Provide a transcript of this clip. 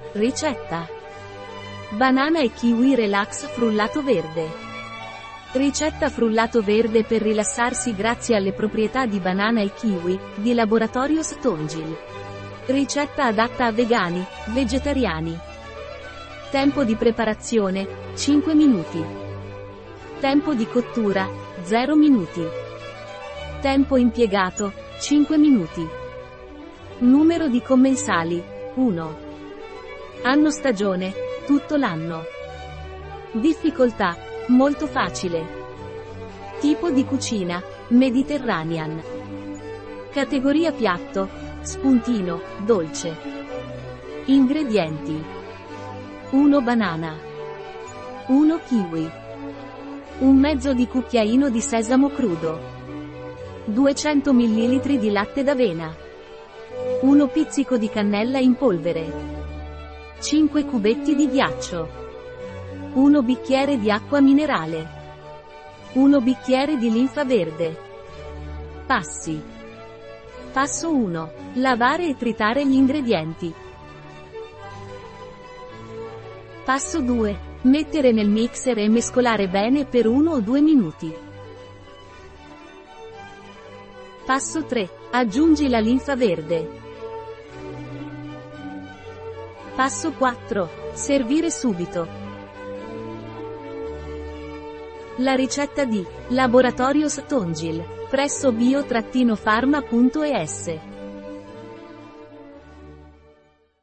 Ricetta: banana e kiwi relax frullato verde. Ricetta frullato verde per rilassarsi grazie alle proprietà di banana e kiwi, di Laboratorio Stongil. Ricetta adatta a vegani, vegetariani. Tempo di preparazione, 5 minuti. Tempo di cottura, 0 minuti. Tempo impiegato, 5 minuti. Numero di commensali, 1. Anno stagione, tutto l'anno. Difficoltà, molto facile. Tipo di cucina, Mediterranean. Categoria piatto, spuntino, dolce. Ingredienti: 1 banana, 1 kiwi, un mezzo di cucchiaino di sesamo crudo, 200 ml di latte d'avena, 1 pizzico di cannella in polvere, 5 cubetti di ghiaccio, 1 bicchiere di acqua minerale, 1 bicchiere di linfa verde. Passi. Passo 1. Lavare e tritare gli ingredienti. Passo 2. Mettere nel mixer e mescolare bene per 1 o 2 minuti. Passo 3. Aggiungi la linfa verde. Passo 4. Servire subito. La ricetta di Laboratorio Stongil, presso bio-pharma.es.